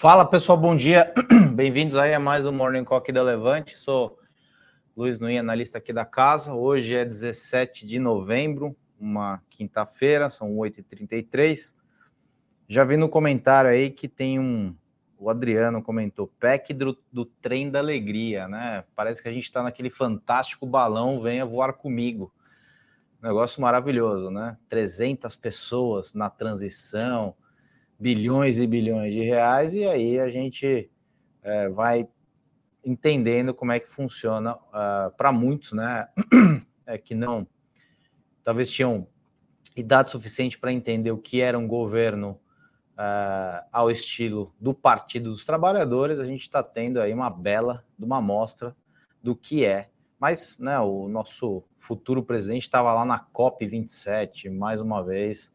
Fala pessoal, bom dia, bem-vindos aí a mais um Morning Call aqui da Levante. Sou Luiz Nuin, analista aqui da casa. Hoje é 17 de novembro, uma quinta-feira, são 8h33. Já vi no comentário aí que tem o Adriano comentou, PEC do trem da alegria, né? Parece que a gente está naquele fantástico balão, venha voar comigo. Negócio maravilhoso, né? 300 pessoas na transição, bilhões e bilhões de reais, e aí a gente vai entendendo como é que funciona para muitos, né? Que não, talvez tinham idade suficiente para entender o que era um governo ao estilo do Partido dos Trabalhadores. A gente está tendo aí uma bela de uma amostra do que é. Mas, né, o nosso futuro presidente estava lá na COP27, mais uma vez,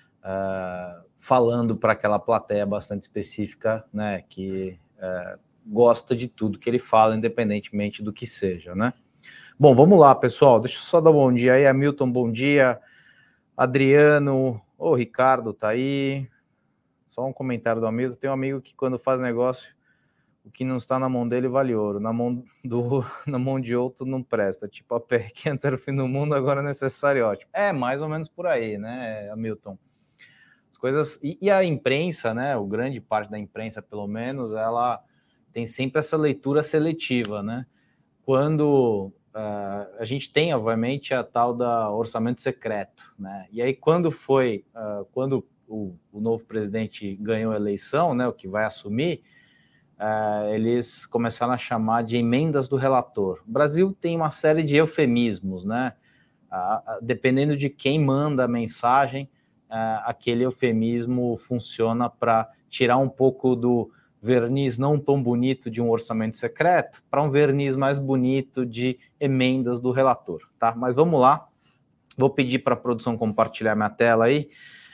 falando para aquela plateia bastante específica, né, que gosta de tudo que ele fala, independentemente do que seja, né? Bom, vamos lá, pessoal. Deixa eu só dar um bom dia aí. Hamilton, bom dia. Adriano, o Ricardo tá aí. Só um comentário do Hamilton. Tem um amigo que quando faz negócio, o que não está na mão dele vale ouro. Na mão de outro não presta. Tipo a PEC, que antes era o fim do mundo, agora é necessário e ótimo. É mais ou menos por aí, né, Hamilton? As coisas... E a imprensa, né, o grande parte da imprensa, pelo menos, ela tem sempre essa leitura seletiva, né? Quando a gente tem, obviamente, a tal da orçamento secreto, né? E aí, quando o novo presidente ganhou a eleição, né, o que vai assumir, eles começaram a chamar de emendas do relator. O Brasil tem uma série de eufemismos, né? Dependendo de quem manda a mensagem, aquele eufemismo funciona para tirar um pouco do verniz não tão bonito de um orçamento secreto para um verniz mais bonito de emendas do relator, tá? Mas vamos lá, vou pedir para a produção compartilhar minha tela aí.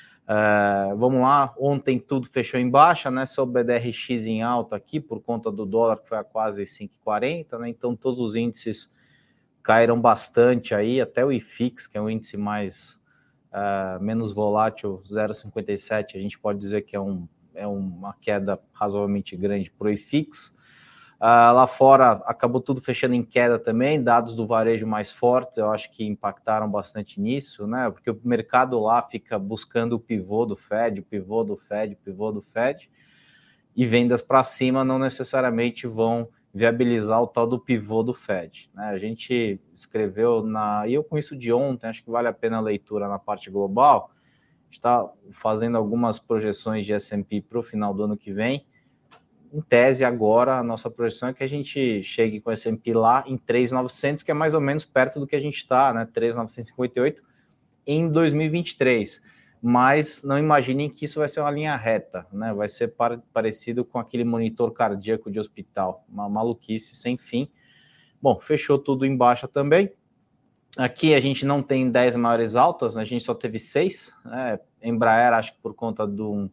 Vamos lá, ontem tudo fechou em baixa, né? Só o BDRX em alta aqui por conta do dólar que foi a quase 5,40, né? Então todos os índices caíram bastante aí, até o IFIX, que é o índice mais menos volátil, 0,57, a gente pode dizer que é uma queda razoavelmente grande para o IFIX. Lá fora acabou tudo fechando em queda também, dados do varejo mais fortes, eu acho que impactaram bastante nisso, né? Porque o mercado lá fica buscando o pivô do Fed, o pivô do Fed, o pivô do Fed, e vendas para cima não necessariamente vão viabilizar o tal do pivô do Fed, né? A gente escreveu e eu com isso de ontem, acho que vale a pena a leitura na parte global. Está fazendo algumas projeções de S&P para o final do ano que vem. Em tese, agora, a nossa projeção é que a gente chegue com o S&P lá em 3.900, que é mais ou menos perto do que a gente está, né? 3.958 em 2023. Mas não imaginem que isso vai ser uma linha reta, né? Vai ser parecido com aquele monitor cardíaco de hospital, uma maluquice sem fim. Bom, fechou tudo em baixa também. Aqui a gente não tem 10 maiores altas, né? A gente só teve 6, né? Embraer, acho que por conta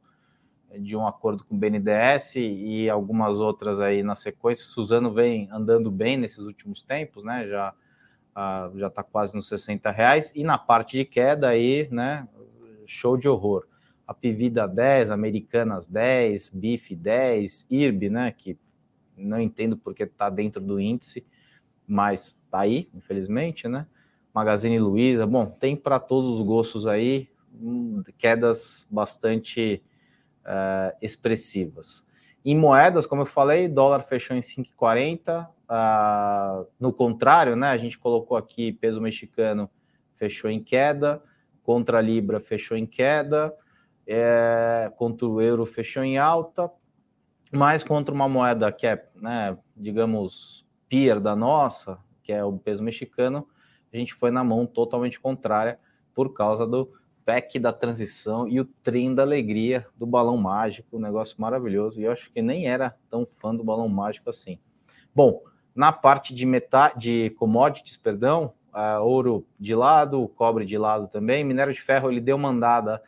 de um acordo com o BNDES e algumas outras aí na sequência. Suzano vem andando bem nesses últimos tempos, né? Já está quase nos R$60. E na parte de queda aí, né? Show de horror. A Pivida 10, Americanas 10, BIF 10, IRB, né? Que não entendo porque está dentro do índice, mas tá aí, infelizmente, né? Magazine Luiza, bom, tem para todos os gostos aí, quedas bastante expressivas. Em moedas, como eu falei, dólar fechou em 5,40. No contrário, né? A gente colocou aqui peso mexicano fechou em queda, contra a Libra fechou em queda, contra o euro fechou em alta, mas contra uma moeda que é, né, digamos, peer da nossa, que é o peso mexicano, a gente foi na mão totalmente contrária por causa do PEC da transição e o trem da alegria do balão mágico, um negócio maravilhoso, e eu acho que nem era tão fã do balão mágico assim. Bom, na parte de commodities, perdão, ouro de lado, cobre de lado também, minério de ferro ele deu uma andada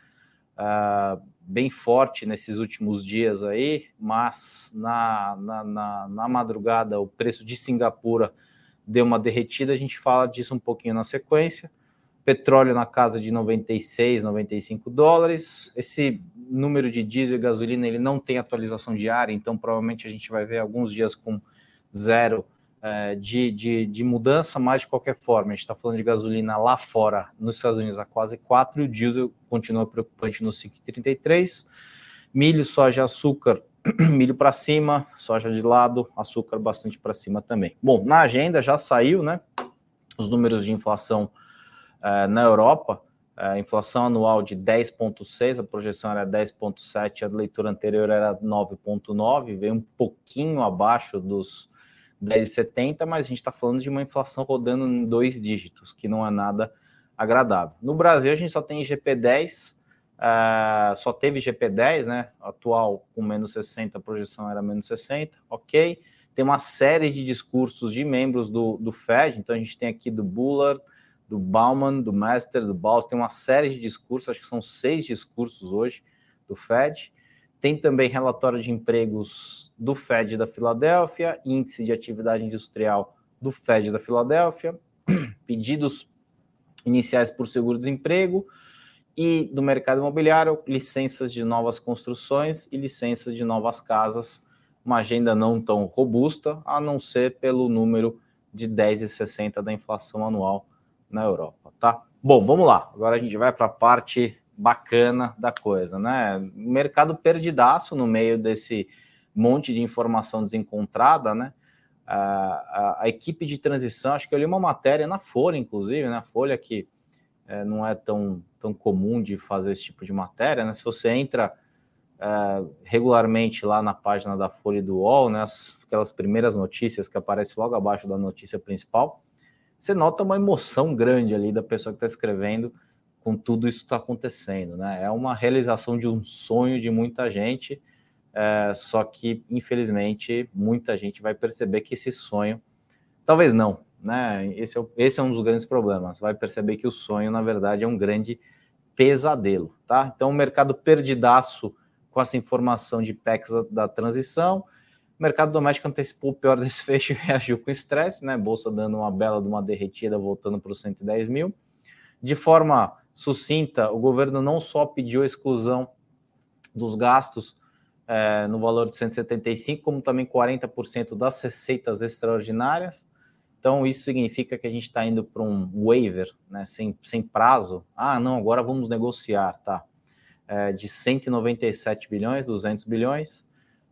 bem forte nesses últimos dias aí, mas na madrugada o preço de Singapura deu uma derretida, a gente fala disso um pouquinho na sequência. Petróleo na casa de 96, 95 dólares. Esse número de diesel e gasolina ele não tem atualização diária, então provavelmente a gente vai ver alguns dias com zero de mudança, mas de qualquer forma, a gente está falando de gasolina lá fora, nos Estados Unidos, a quase 4, e o diesel continua preocupante no 5,33. Milho, soja, açúcar, milho para cima, soja de lado, açúcar bastante para cima também. Bom, na agenda já saiu, né, os números de inflação na Europa, a inflação anual de 10,6, a projeção era 10,7, a leitura anterior era 9,9, veio um pouquinho abaixo dos 10,70, mas a gente está falando de uma inflação rodando em 2 dígitos, que não é nada agradável. No Brasil, a gente só tem IGP-10, só teve IGP-10, né? Atual com menos 60, a projeção era menos 60, ok. Tem uma série de discursos de membros do Fed, então a gente tem aqui do Bullard, do Bauman, do Master, do Bowles, tem uma série de discursos, acho que são 6 discursos hoje do Fed. Tem também relatório de empregos do Fed da Filadélfia, índice de atividade industrial do Fed da Filadélfia, pedidos iniciais por seguro-desemprego e do mercado imobiliário, licenças de novas construções e licenças de novas casas, uma agenda não tão robusta, a não ser pelo número de 10,60 da inflação anual na Europa, tá? Bom, vamos lá, agora a gente vai para a parte bacana da coisa, né? Mercado perdidaço no meio desse monte de informação desencontrada, né? A equipe de transição, acho que eu li uma matéria na Folha, inclusive, né? A Folha que não é tão comum de fazer esse tipo de matéria, né? Se você entra regularmente lá na página da Folha e do UOL, né? Aquelas primeiras notícias que aparecem logo abaixo da notícia principal, você nota uma emoção grande ali da pessoa que está escrevendo com tudo isso que está acontecendo, né? É uma realização de um sonho de muita gente, só que, infelizmente, muita gente vai perceber que esse sonho, talvez não, né? Esse é um dos grandes problemas, vai perceber que o sonho, na verdade, é um grande pesadelo, tá? Então, o mercado perdidaço com essa informação de PECs da transição, o mercado doméstico antecipou o pior desfecho e reagiu com estresse, né? Bolsa dando uma bela de uma derretida, voltando para os 110 mil. De forma sucinta, o governo não só pediu a exclusão dos gastos no valor de 175, como também 40% das receitas extraordinárias. Então, isso significa que a gente está indo para um waiver, né, sem prazo. Ah, não, agora vamos negociar, tá? De 197 bilhões, 200 bilhões.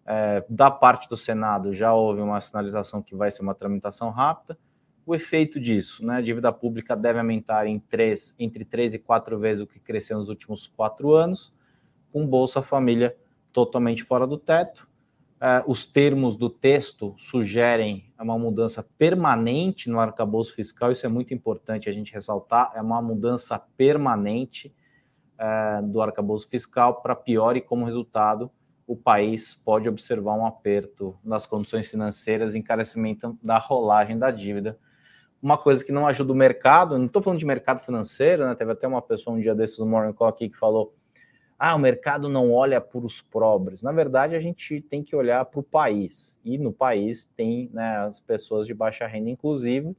Da parte do Senado, já houve uma sinalização que vai ser uma tramitação rápida. O efeito disso, né? A dívida pública deve aumentar entre 3 e 4 vezes o que cresceu nos últimos 4 anos, com Bolsa Família totalmente fora do teto. Os termos do texto sugerem uma mudança permanente no arcabouço fiscal, isso é muito importante a gente ressaltar, é uma mudança permanente do arcabouço fiscal para pior, e como resultado o país pode observar um aperto nas condições financeiras, encarecimento da rolagem da dívida, uma coisa que não ajuda o mercado. Não estou falando de mercado financeiro, né? Teve até uma pessoa um dia desses no Morning Call aqui que falou: o mercado não olha para os pobres. Na verdade, a gente tem que olhar para o país, e no país tem, né, as pessoas de baixa renda, inclusive,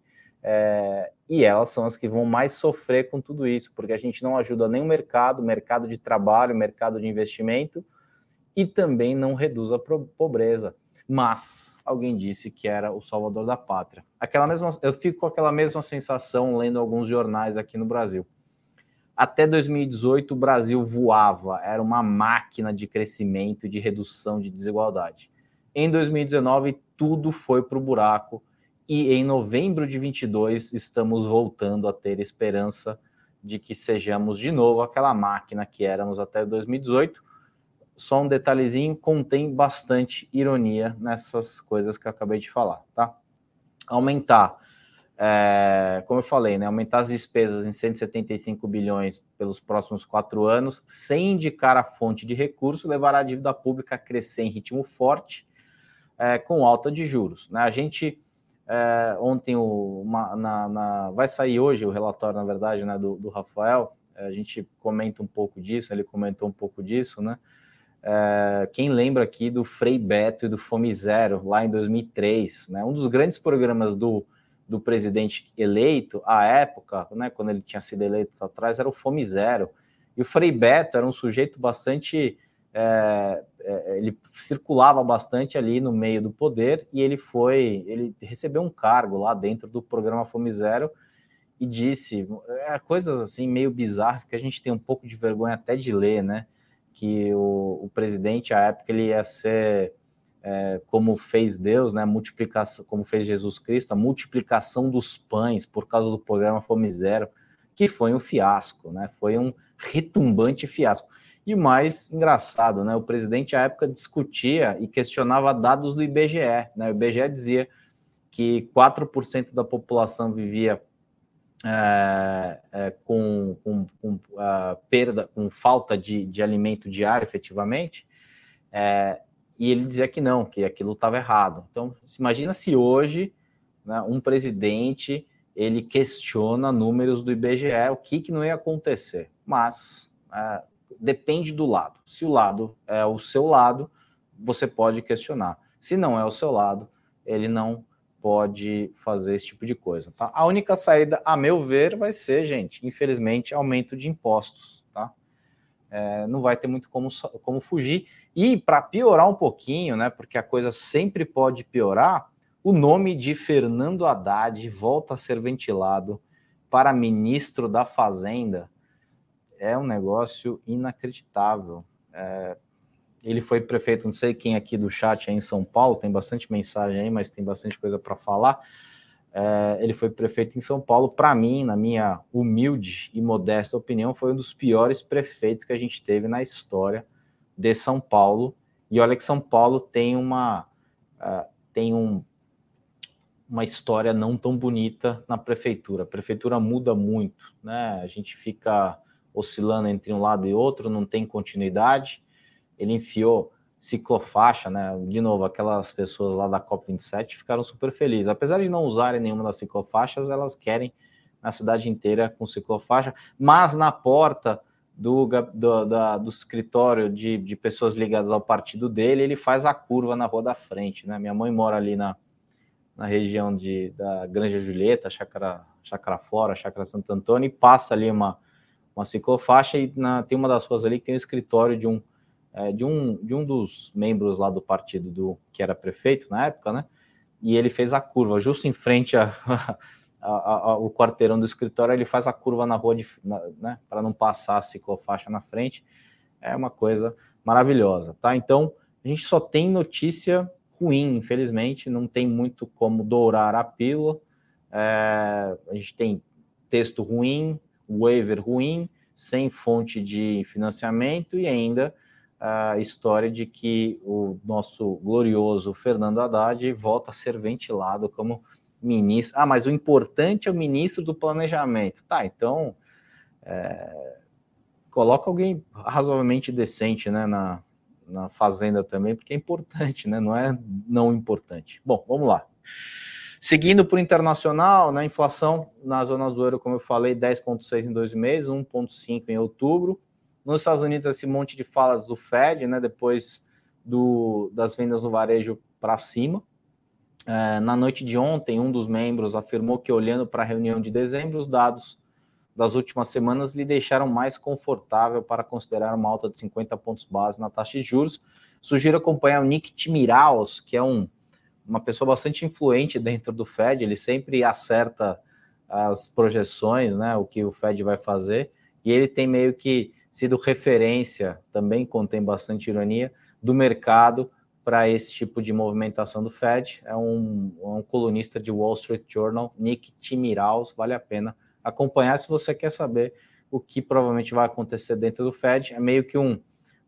e elas são as que vão mais sofrer com tudo isso, porque a gente não ajuda nem o mercado de trabalho, mercado de investimento, e também não reduz a pobreza. Mas alguém disse que era o salvador da pátria. Eu fico com aquela mesma sensação lendo alguns jornais aqui no Brasil. Até 2018, o Brasil voava, era uma máquina de crescimento e de redução de desigualdade. Em 2019, tudo foi para o buraco, e em novembro de 22, estamos voltando a ter esperança de que sejamos de novo aquela máquina que éramos até 2018. Só um detalhezinho, contém bastante ironia nessas coisas que eu acabei de falar, tá? Aumentar, como eu falei, né, aumentar as despesas em 175 bilhões pelos próximos 4 anos, sem indicar a fonte de recurso, levará a dívida pública a crescer em ritmo forte, com alta de juros, né? A gente, ontem, vai sair hoje o relatório, na verdade, né, do Rafael, a gente comenta um pouco disso, ele comentou um pouco disso, né? Quem lembra aqui do Frei Beto e do Fome Zero, lá em 2003, né? Um dos grandes programas do presidente eleito, à época, né, quando ele tinha sido eleito atrás, era o Fome Zero. E o Frei Beto era um sujeito bastante ele circulava bastante ali no meio do poder e ele recebeu um cargo lá dentro do programa Fome Zero e disse coisas assim meio bizarras que a gente tem um pouco de vergonha até de ler, né? Que o presidente, à época, ele ia ser, como fez Deus, né? Multiplicação, como fez Jesus Cristo, a multiplicação dos pães por causa do programa Fome Zero, que foi um fiasco, né? Foi um retumbante fiasco. E o mais engraçado, né? O presidente, à época, discutia e questionava dados do IBGE, né? O IBGE dizia que 4% da população vivia com perda, com falta de alimento diário, efetivamente, e ele dizia que não, que aquilo estava errado. Então, imagina se hoje, né, um presidente ele questiona números do IBGE, o que não ia acontecer. Mas depende do lado. Se o lado é o seu lado, você pode questionar. Se não é o seu lado, ele não pode fazer esse tipo de coisa, tá? A única saída, a meu ver, vai ser, gente, infelizmente, aumento de impostos, tá? Não vai ter muito como fugir. E para piorar um pouquinho, né, porque a coisa sempre pode piorar, o nome de Fernando Haddad volta a ser ventilado para ministro da Fazenda. É um negócio inacreditável. Ele foi prefeito, não sei quem aqui do chat é em São Paulo, tem bastante mensagem aí, mas tem bastante coisa para falar. Ele foi prefeito em São Paulo. Para mim, na minha humilde e modesta opinião, foi um dos piores prefeitos que a gente teve na história de São Paulo. E olha que São Paulo tem uma história não tão bonita na prefeitura. A prefeitura muda muito, né? A gente fica oscilando entre um lado e outro, não tem continuidade. Ele enfiou ciclofaixa, né? De novo, aquelas pessoas lá da COP27 ficaram super felizes. Apesar de não usarem nenhuma das ciclofaixas, elas querem na cidade inteira com ciclofaixa, mas na porta do escritório de pessoas ligadas ao partido dele, ele faz a curva na rua da frente, né? Minha mãe mora ali na região da Granja Julieta, Chácara Flora, Chácara Santo Antônio, e passa ali uma ciclofaixa e tem uma das ruas ali que tem o escritório de um dos membros lá do partido que era prefeito na época, né? E ele fez a curva justo em frente ao quarteirão do escritório. Ele faz a curva na rua, né? Para não passar a ciclofaixa na frente. É uma coisa maravilhosa, tá? Então, a gente só tem notícia ruim, infelizmente, não tem muito como dourar a pílula. A gente tem texto ruim, waiver ruim, sem fonte de financiamento e ainda a história de que o nosso glorioso Fernando Haddad volta a ser ventilado como ministro. Mas o importante é o ministro do planejamento. Tá, então coloca alguém razoavelmente decente, né, na Fazenda também, porque é importante, né, não é não importante. Bom, vamos lá. Seguindo por internacional, na inflação na zona do euro, como eu falei, 10,6 em 2 meses, 1,5 em outubro. Nos Estados Unidos, esse monte de falas do Fed, né, depois das vendas no varejo para cima. Na noite de ontem, um dos membros afirmou que, olhando para a reunião de dezembro, os dados das últimas semanas lhe deixaram mais confortável para considerar uma alta de 50 pontos base na taxa de juros. Sugiro acompanhar o Nick Timiraos, que é uma pessoa bastante influente dentro do Fed. Ele sempre acerta as projeções, né, o que o Fed vai fazer, e ele tem meio que sido referência, também contém bastante ironia, do mercado para esse tipo de movimentação do Fed. É um colunista de Wall Street Journal, Nick Timiraos, vale a pena acompanhar se você quer saber o que provavelmente vai acontecer dentro do Fed. É meio que um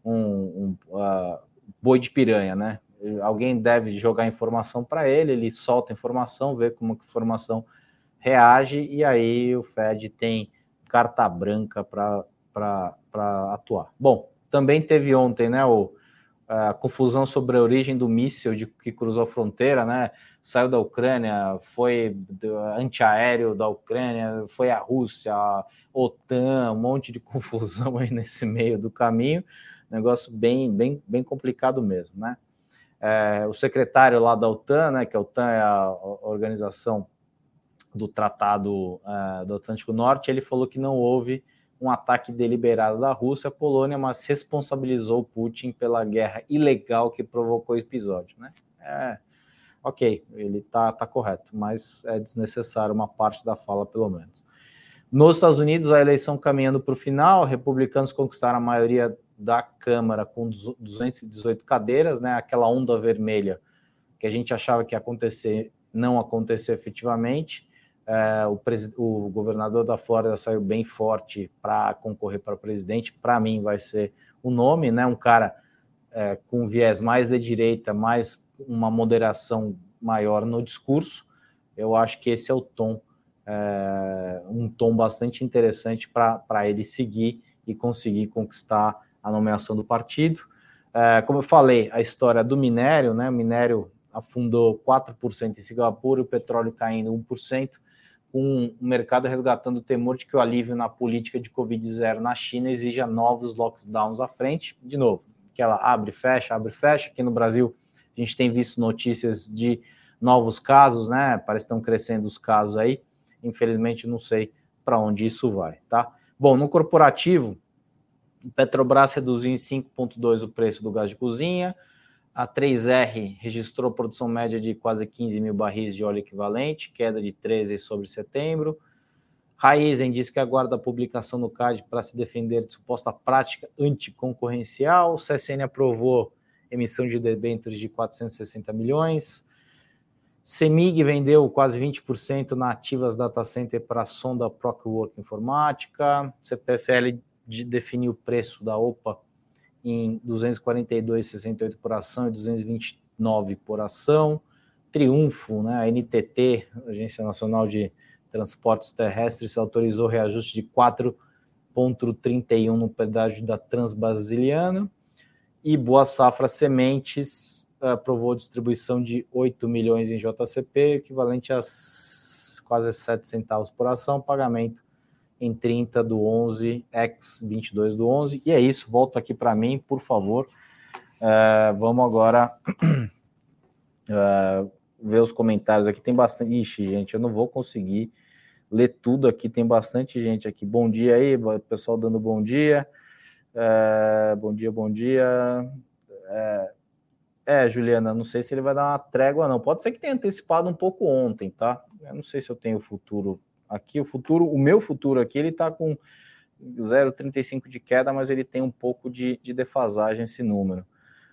boi de piranha, né? Alguém deve jogar informação para ele solta a informação, vê como que a informação reage, e aí o Fed tem carta branca para atuar. Bom, também teve ontem, né, a confusão sobre a origem do míssil que cruzou a fronteira, né? Saiu da Ucrânia, foi antiaéreo da Ucrânia, foi a Rússia, a OTAN, um monte de confusão aí nesse meio do caminho. Negócio bem complicado mesmo, né? O secretário lá da OTAN, né, que a OTAN é a organização do Tratado do Atlântico Norte, ele falou que não houve um ataque deliberado da Rússia à Polônia, mas responsabilizou Putin pela guerra ilegal que provocou o episódio, né? Ok, ele tá correto, mas é desnecessário uma parte da fala, pelo menos. Nos Estados Unidos, a eleição caminhando para o final, republicanos conquistaram a maioria da Câmara com 218 cadeiras, né? Aquela onda vermelha que a gente achava que ia acontecer, não aconteceu efetivamente. O governador da Flórida saiu bem forte para concorrer para presidente. Para mim, vai ser o nome, né? Um cara com viés mais de direita, mais uma moderação maior no discurso. Eu acho que esse é o tom, um tom bastante interessante para ele seguir e conseguir conquistar a nomeação do partido. Como eu falei, a história do minério, né? O minério afundou 4% em Singapura, o petróleo caindo 1%, com o mercado resgatando o temor de que o alívio na política de Covid-0 na China exija novos lockdowns à frente. De novo, que ela abre e fecha. Aqui no Brasil, a gente tem visto notícias de novos casos, né? Parece que estão crescendo os casos aí. Infelizmente, não sei para onde isso vai, tá? Bom, no corporativo, o Petrobras reduziu em 5,2% o preço do gás de cozinha. A 3R registrou produção média de quase 15 mil barris de óleo equivalente, queda de 13% sobre setembro. Raizen diz que aguarda a publicação no CAD para se defender de suposta prática anticoncorrencial. O CSN aprovou emissão de debêntures de 460 milhões. CEMIG vendeu quase 20% na Ativas Data Center para a sonda Prockwork Informática. CPFL definiu o preço da OPA em 242,68 por ação e 229 por ação. Triunfo, né? A NTT, Agência Nacional de Transportes Terrestres, autorizou reajuste de 4,31 no pedágio da Transbrasiliana. E Boa Safra Sementes aprovou distribuição de 8 milhões em JCP, equivalente a quase 7 centavos por ação, pagamento em 30 do 11, ex 22 do 11. E é isso, volta aqui para mim, por favor. Vamos agora ver os comentários aqui. Tem bastante. Ixi, gente, eu não vou conseguir ler tudo aqui. Tem bastante gente aqui. Bom dia aí, pessoal dando bom dia. Bom dia. Juliana, não sei se ele vai dar uma trégua, não. Pode ser que tenha antecipado um pouco ontem, tá? Eu não sei se eu tenho futuro aqui. O meu futuro aqui, ele tá com 0,35 de queda, mas ele tem um pouco de defasagem esse número.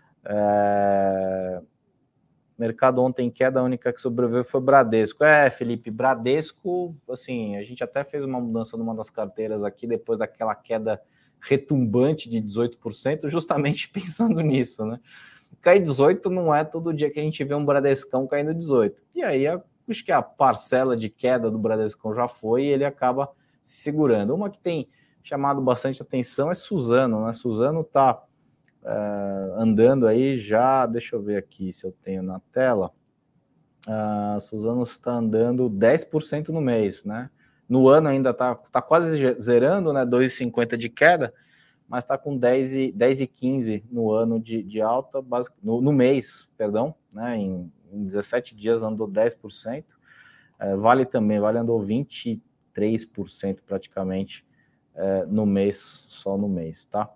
Mercado ontem em queda, a única que sobreviveu foi Bradesco. Felipe, Bradesco, assim, a gente até fez uma mudança numa das carteiras aqui, depois daquela queda retumbante de 18%, justamente pensando nisso, né? Cair 18 não é todo dia que a gente vê um Bradescão caindo 18. E aí, acho que a parcela de queda do Bradescão já foi e ele acaba se segurando. Uma que tem chamado bastante atenção é Suzano, né? Suzano está andando aí já, deixa eu ver aqui se eu tenho na tela. Suzano está andando 10% no mês, né? No ano ainda está quase zerando, né? 2,50 de queda, mas está com 10,15 no ano de alta, no mês, perdão, né? Em 17 dias andou 10%. Vale andou 23% praticamente no mês, só no mês, tá?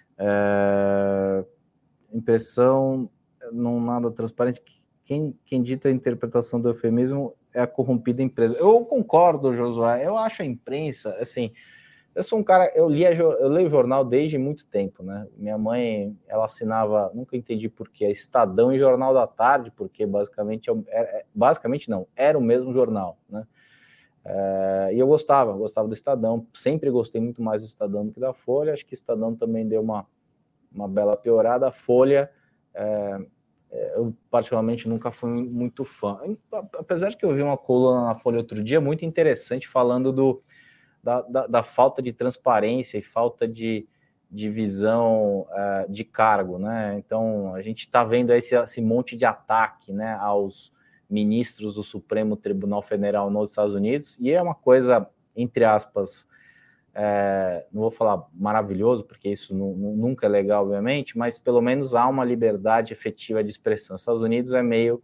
Impressão, não nada transparente. Quem dita a interpretação do eufemismo é a corrompida empresa. Eu concordo, Josué. Eu acho a imprensa, assim, eu sou um cara, eu leio jornal desde muito tempo, né? Minha mãe, ela assinava, nunca entendi por quê, Estadão e Jornal da Tarde, porque basicamente não, era o mesmo jornal, né? E eu gostava do Estadão, sempre gostei muito mais do Estadão do que da Folha. Acho que o Estadão também deu uma bela piorada. A Folha, eu particularmente nunca fui muito fã, apesar de que eu vi uma coluna na Folha outro dia muito interessante falando da falta de transparência e falta de visão de cargo, né? Então a gente está vendo esse monte de ataque, né, aos ministros do Supremo Tribunal Federal nos Estados Unidos, e é uma coisa, entre aspas, não vou falar maravilhoso, porque isso nunca é legal, obviamente, mas pelo menos há uma liberdade efetiva de expressão. Os Estados Unidos é meio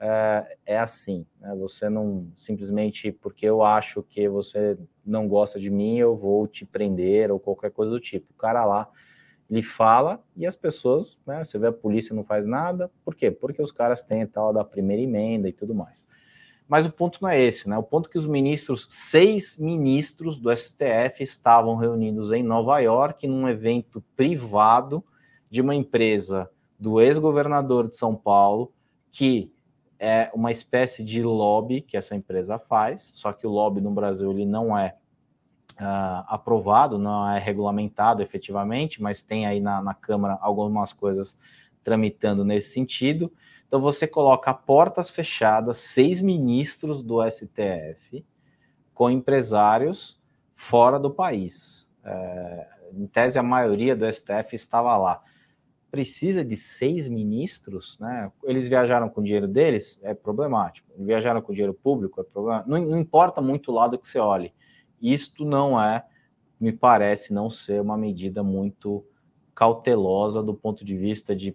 é assim, né? Você não, simplesmente porque eu acho que você não gosta de mim, eu vou te prender ou qualquer coisa do tipo. O cara lá, ele fala e as pessoas, né, você vê a polícia não faz nada, por quê? Porque os caras têm tal da primeira emenda e tudo mais. Mas o ponto não é esse, né? O ponto é que os ministros, 6 ministros do STF estavam reunidos em Nova York num evento privado de uma empresa do ex-governador de São Paulo, que é uma espécie de lobby que essa empresa faz, só que o lobby no Brasil ele não é aprovado, não é regulamentado efetivamente, mas tem aí na Câmara algumas coisas tramitando nesse sentido. Então você coloca a portas fechadas, 6 ministros do STF com empresários fora do país. Em tese, a maioria do STF estava lá. Precisa de 6 ministros, né? Eles viajaram com o dinheiro deles, é problemático. Viajaram com o dinheiro público, é problemático. Não importa muito o lado que você olhe. Isto não me parece não ser uma medida muito cautelosa do ponto de vista de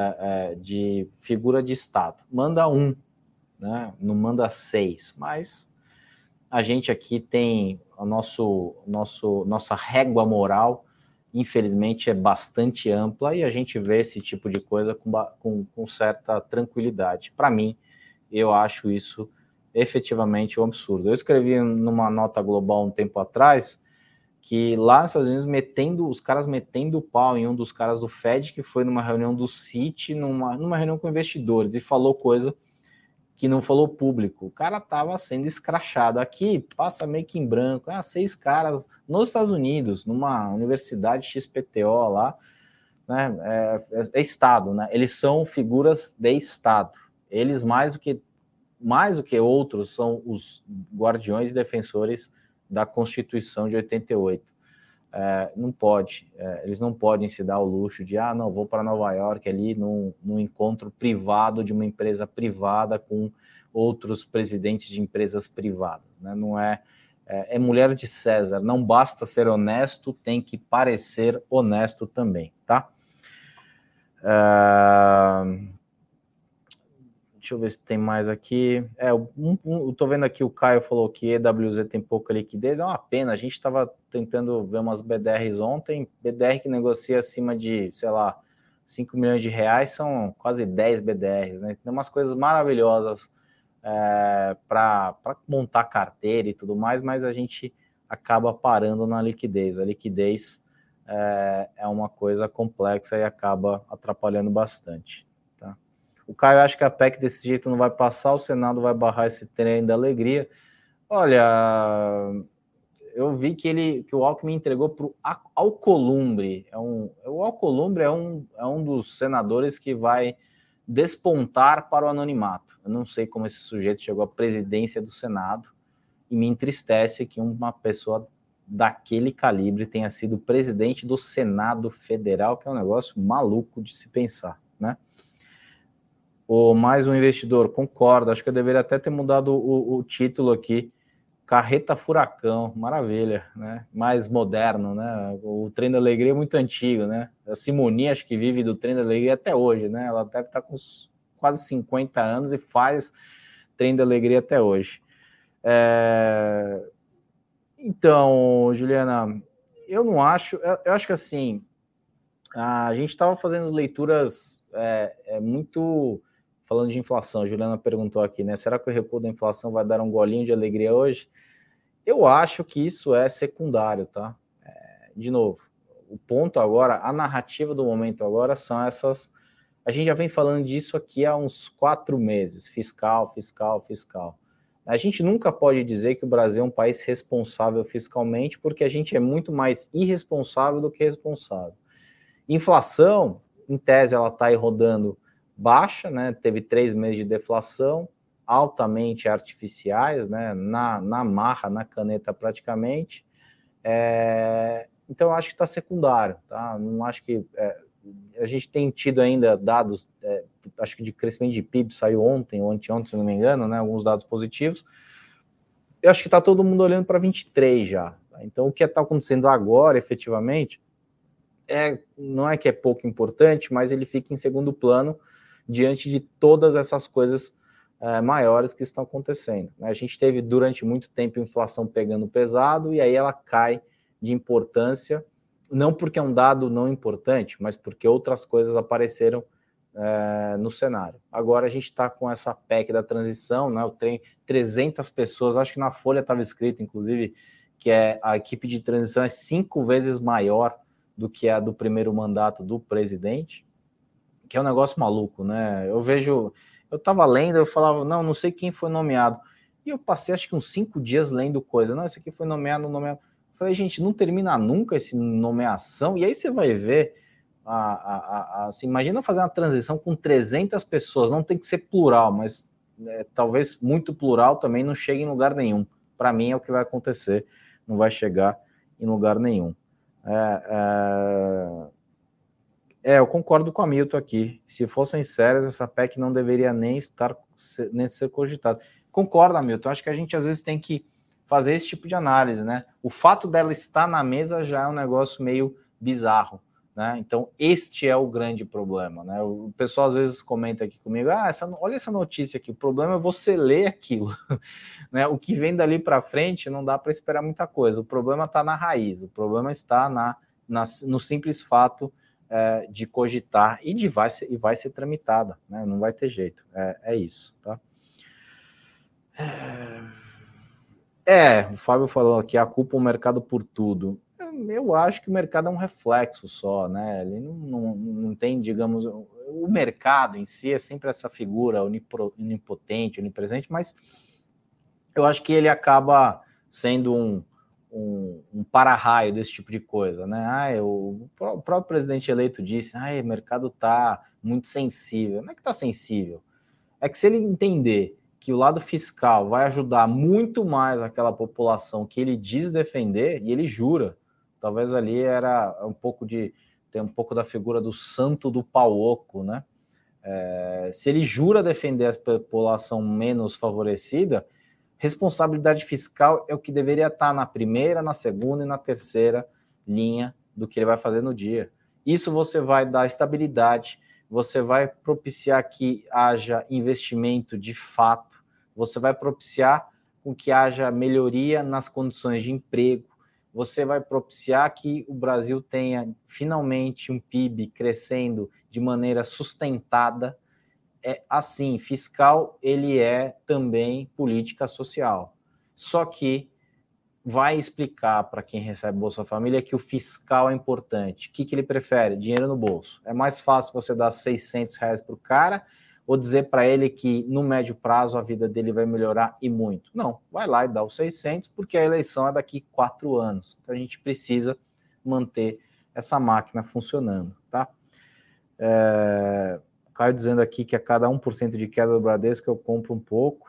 figura de Estado. Manda 1, né? Não manda 6, mas a gente aqui tem nossa régua moral, infelizmente, é bastante ampla e a gente vê esse tipo de coisa com certa tranquilidade. Para mim, eu acho isso efetivamente um absurdo. Eu escrevi numa nota global um tempo atrás que lá nos Estados Unidos os caras metendo o pau em um dos caras do Fed que foi numa reunião do Citi, numa reunião com investidores e falou coisa que não falou público. O cara tava sendo escrachado. Aqui passa meio que em branco. 6 caras nos Estados Unidos, numa universidade XPTO lá, né? É Estado, né? Eles são figuras de Estado. Eles mais do que outros são os guardiões e defensores da Constituição de 88. Não pode, eles não podem se dar o luxo de, não, vou para Nova York ali num encontro privado de uma empresa privada com outros presidentes de empresas privadas, né? Não é mulher de César, não basta ser honesto, tem que parecer honesto também, tá? Deixa eu ver se tem mais aqui. Eu tô vendo aqui o Caio falou que EWZ tem pouca liquidez. É uma pena. A gente estava tentando ver umas BDRs ontem. BDR que negocia acima de, sei lá, 5 milhões de reais são quase 10 BDRs, né? Tem umas coisas maravilhosas para montar carteira e tudo mais, mas a gente acaba parando na liquidez. A liquidez é uma coisa complexa e acaba atrapalhando bastante. O Caio acha que a PEC desse jeito não vai passar, o Senado vai barrar esse trem da alegria. Olha, eu vi que o Alckmin entregou para o Alcolumbre. O Alcolumbre é um dos senadores que vai despontar para o anonimato. Eu não sei como esse sujeito chegou à presidência do Senado e me entristece que uma pessoa daquele calibre tenha sido presidente do Senado Federal, que é um negócio maluco de se pensar, né? Ou mais um investidor, concordo, acho que eu deveria até ter mudado o título aqui, Carreta Furacão, maravilha, né? Mais moderno, né? O Trem da Alegria é muito antigo, né? A Simoni acho que vive do Trem da Alegria até hoje, né? Ela deve estar com quase 50 anos e faz Trem da Alegria até hoje. Então, Juliana, eu não acho, eu acho que assim, a gente estava fazendo leituras muito... Falando de inflação, a Juliana perguntou aqui, né? Será que o recuo da inflação vai dar um golinho de alegria hoje? Eu acho que isso é secundário, tá? De novo, o ponto agora, a narrativa do momento agora são essas... A gente já vem falando disso aqui há uns 4 meses, fiscal. A gente nunca pode dizer que o Brasil é um país responsável fiscalmente, porque a gente é muito mais irresponsável do que responsável. Inflação, em tese, ela está aí rodando baixa, né? Teve 3 meses de deflação, altamente artificiais, né? Na marra, na caneta praticamente. Então, eu acho que está secundário, tá? Não acho que... a gente tem tido ainda dados, acho que de crescimento de PIB, saiu ontem ou anteontem, se não me engano, né? Alguns dados positivos. Eu acho que está todo mundo olhando para 23 já. Tá? Então, o que está acontecendo agora, efetivamente, não é que é pouco importante, mas ele fica em segundo plano diante de todas essas coisas maiores que estão acontecendo. A gente teve durante muito tempo inflação pegando pesado e aí ela cai de importância, não porque é um dado não importante, mas porque outras coisas apareceram no cenário. Agora a gente está com essa PEC da transição, né? O trem, 300 pessoas, acho que na Folha estava escrito, inclusive, que a equipe de transição é 5 vezes maior do que a do primeiro mandato do presidente, que é um negócio maluco, né? Eu estava lendo, eu falava, não sei quem foi nomeado. E eu passei acho que uns 5 dias lendo coisa. Não, esse aqui foi nomeado. Eu falei, gente, não termina nunca essa nomeação. E aí você vai ver, assim, imagina fazer uma transição com 300 pessoas. Não tem que ser plural, mas talvez muito plural também não chegue em lugar nenhum. Para mim é o que vai acontecer. Não vai chegar em lugar nenhum. Eu concordo com a Milton aqui. Se fossem sérias, essa PEC não deveria nem ser cogitada. Concordo, Milton. Acho que a gente às vezes tem que fazer esse tipo de análise, né? O fato dela estar na mesa já é um negócio meio bizarro, né? Então, este é o grande problema, né? O pessoal às vezes comenta aqui comigo, olha essa notícia aqui, o problema é você ler aquilo, né? O que vem dali para frente não dá para esperar muita coisa. O problema está na raiz, o problema está no simples fato de cogitar e vai ser tramitada, né? Não vai ter jeito, é isso, tá? O Fábio falou aqui, a culpa o mercado por tudo. Eu acho que o mercado é um reflexo só, né? Ele não tem, digamos, o mercado em si é sempre essa figura onipotente, onipresente, mas eu acho que ele acaba sendo um para-raio desse tipo de coisa, né? O próprio presidente eleito disse, o mercado está muito sensível. Não é que está sensível, é que se ele entender que o lado fiscal vai ajudar muito mais aquela população que ele diz defender, e ele jura, talvez ali tem um pouco da figura do santo do pau oco, né? Se ele jura defender a população menos favorecida, responsabilidade fiscal é o que deveria estar na primeira, na segunda e na terceira linha do que ele vai fazer no dia. Isso você vai dar estabilidade, você vai propiciar que haja investimento de fato, você vai propiciar com que haja melhoria nas condições de emprego, você vai propiciar que o Brasil tenha finalmente um PIB crescendo de maneira sustentada. Assim, fiscal ele é também política social. Só que vai explicar para quem recebe Bolsa Família que o fiscal é importante. O que ele prefere? Dinheiro no bolso. É mais fácil você dar R$600 para o cara ou dizer para ele que no médio prazo a vida dele vai melhorar e muito. Não, vai lá e dá os 600 porque a eleição é daqui 4 anos. Então a gente precisa manter essa máquina funcionando, tá? Caio dizendo aqui que a cada 1% de queda do Bradesco eu compro um pouco.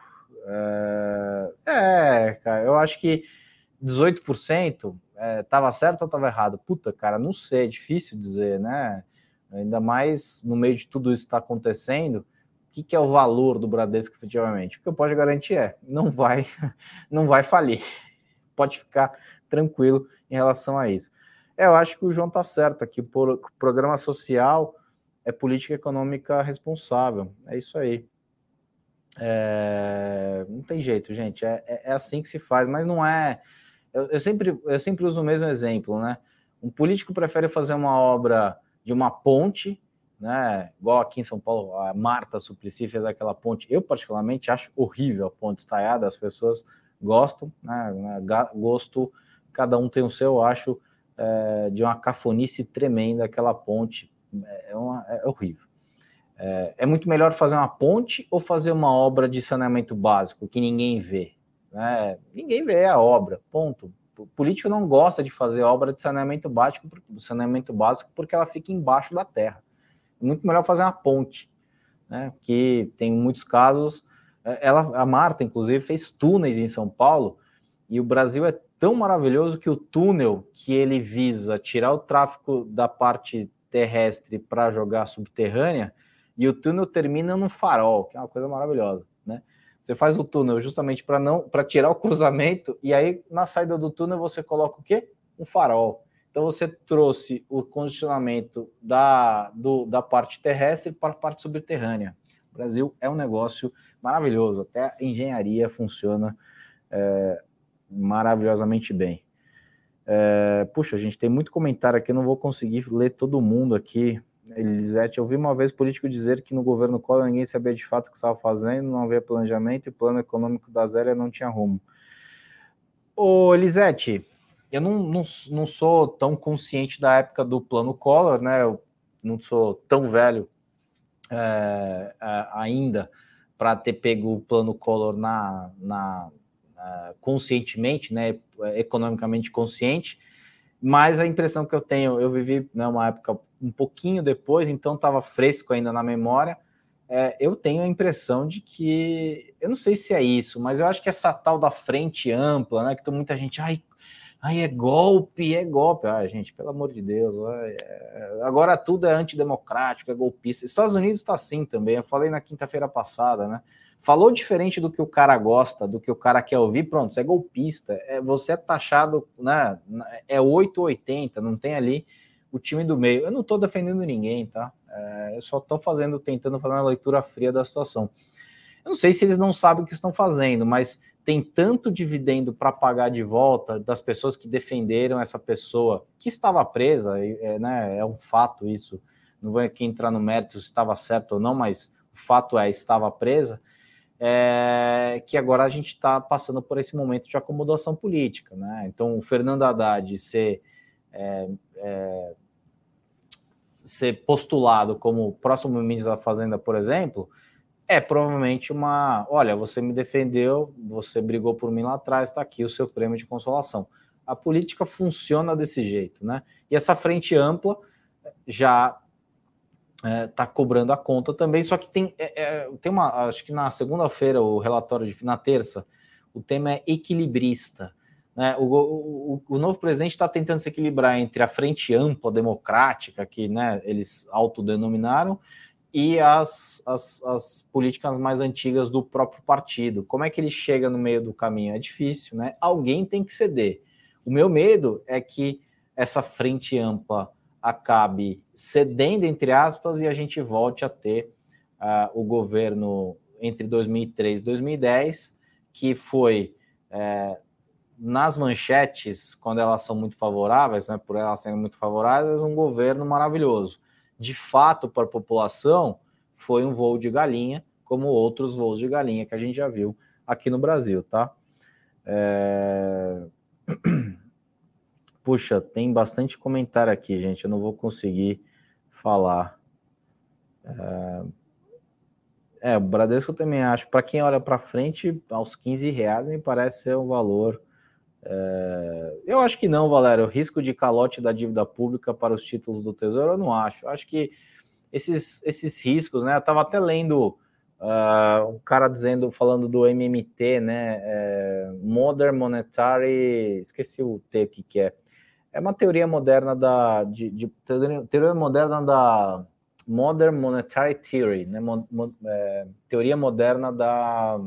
Cara, eu acho que 18% estava certo ou estava errado? Puta, cara, não sei, é difícil dizer, né? Ainda mais no meio de tudo isso que está acontecendo, o que é o valor do Bradesco efetivamente? O que eu posso garantir não vai falir. Pode ficar tranquilo em relação a isso. Eu acho que o João está certo aqui, o programa social é política econômica responsável, é isso aí. Não tem jeito, gente, é assim que se faz, mas não é... Eu sempre uso o mesmo exemplo, né? Um político prefere fazer uma obra de uma ponte, né? Igual aqui em São Paulo, a Marta Suplicy fez aquela ponte. Eu, particularmente, acho horrível a ponte estaiada, as pessoas gostam, né? Gosto, cada um tem o seu, eu acho de uma cafonice tremenda aquela ponte. É horrível. É muito melhor fazer uma ponte ou fazer uma obra de saneamento básico que ninguém vê? Né? Ninguém vê a obra, ponto. O político não gosta de fazer obra de saneamento básico porque ela fica embaixo da terra. É muito melhor fazer uma ponte, né? Que tem muitos casos. A Marta, inclusive, fez túneis em São Paulo e o Brasil é tão maravilhoso que o túnel que ele visa tirar o tráfego da parte terrestre para jogar subterrânea, e o túnel termina num farol, que é uma coisa maravilhosa, né? Você faz o túnel justamente para tirar o cruzamento, e aí na saída do túnel você coloca o quê? Um farol. Então você trouxe o condicionamento da parte terrestre para a parte subterrânea. O O Brasil é um negócio maravilhoso, até a engenharia funciona maravilhosamente bem. Puxa, gente, tem muito comentário aqui, eu não vou conseguir ler todo mundo aqui. Elisete, eu vi uma vez político dizer que no governo Collor ninguém sabia de fato o que estava fazendo, não havia planejamento e o plano econômico da Zélia não tinha rumo. Ô, Elisete, eu não sou tão consciente da época do plano Collor, né? Eu não sou tão velho ainda para ter pego o plano Collor conscientemente, né? Economicamente consciente. Mas a impressão que eu tenho, eu vivi, né, uma época um pouquinho depois, então estava fresco ainda na memória, eu tenho a impressão de que, eu não sei se é isso, mas eu acho que essa tal da frente ampla, né, que muita gente, é golpe, gente, pelo amor de Deus, agora tudo é antidemocrático, é golpista. Estados Unidos está assim também, eu falei na quinta-feira passada, né, falou diferente do que o cara gosta, do que o cara quer ouvir, pronto, você é golpista, você é taxado, né, é 8 ou 80, não tem ali o time do meio. Eu não estou defendendo ninguém, tá? Eu só estou tentando fazer uma leitura fria da situação. Eu não sei se eles não sabem o que estão fazendo, mas tem tanto dividendo para pagar de volta das pessoas que defenderam essa pessoa que estava presa, né, é um fato isso, não vou aqui entrar no mérito se estava certo ou não, mas o fato estava presa, que agora a gente está passando por esse momento de acomodação política, né? Então o Fernando Haddad ser postulado como próximo ministro da Fazenda, por exemplo, provavelmente olha, você me defendeu, você brigou por mim lá atrás, está aqui o seu prêmio de consolação. A política funciona desse jeito, né? E essa frente ampla já está cobrando a conta também, só que tem acho que na segunda-feira, o relatório na terça, o tema é equilibrista, né? O novo presidente está tentando se equilibrar entre a frente ampla democrática, que, né, eles autodenominaram, e as políticas mais antigas do próprio partido. Como é que ele chega no meio do caminho? É difícil, né? Alguém tem que ceder. O meu medo é que essa frente ampla acabe cedendo, entre aspas, e a gente volte a ter o governo entre 2003 e 2010, que foi nas manchetes, quando elas são muito favoráveis, né, por elas serem muito favoráveis, um governo maravilhoso. De fato, para a população, foi um voo de galinha, como outros voos de galinha que a gente já viu aqui no Brasil, tá? Puxa, tem bastante comentário aqui, gente, eu não vou conseguir falar. O Bradesco eu também acho, para quem olha para frente, aos R$15 me parece ser um valor. Eu acho que não, Valério, o risco de calote da dívida pública para os títulos do Tesouro, eu não acho. Eu acho que esses riscos, né, eu estava até lendo um cara falando do MMT, né, Modern Monetary, esqueci o T que é uma teoria moderna teoria moderna da Modern Monetary Theory, né, teoria moderna da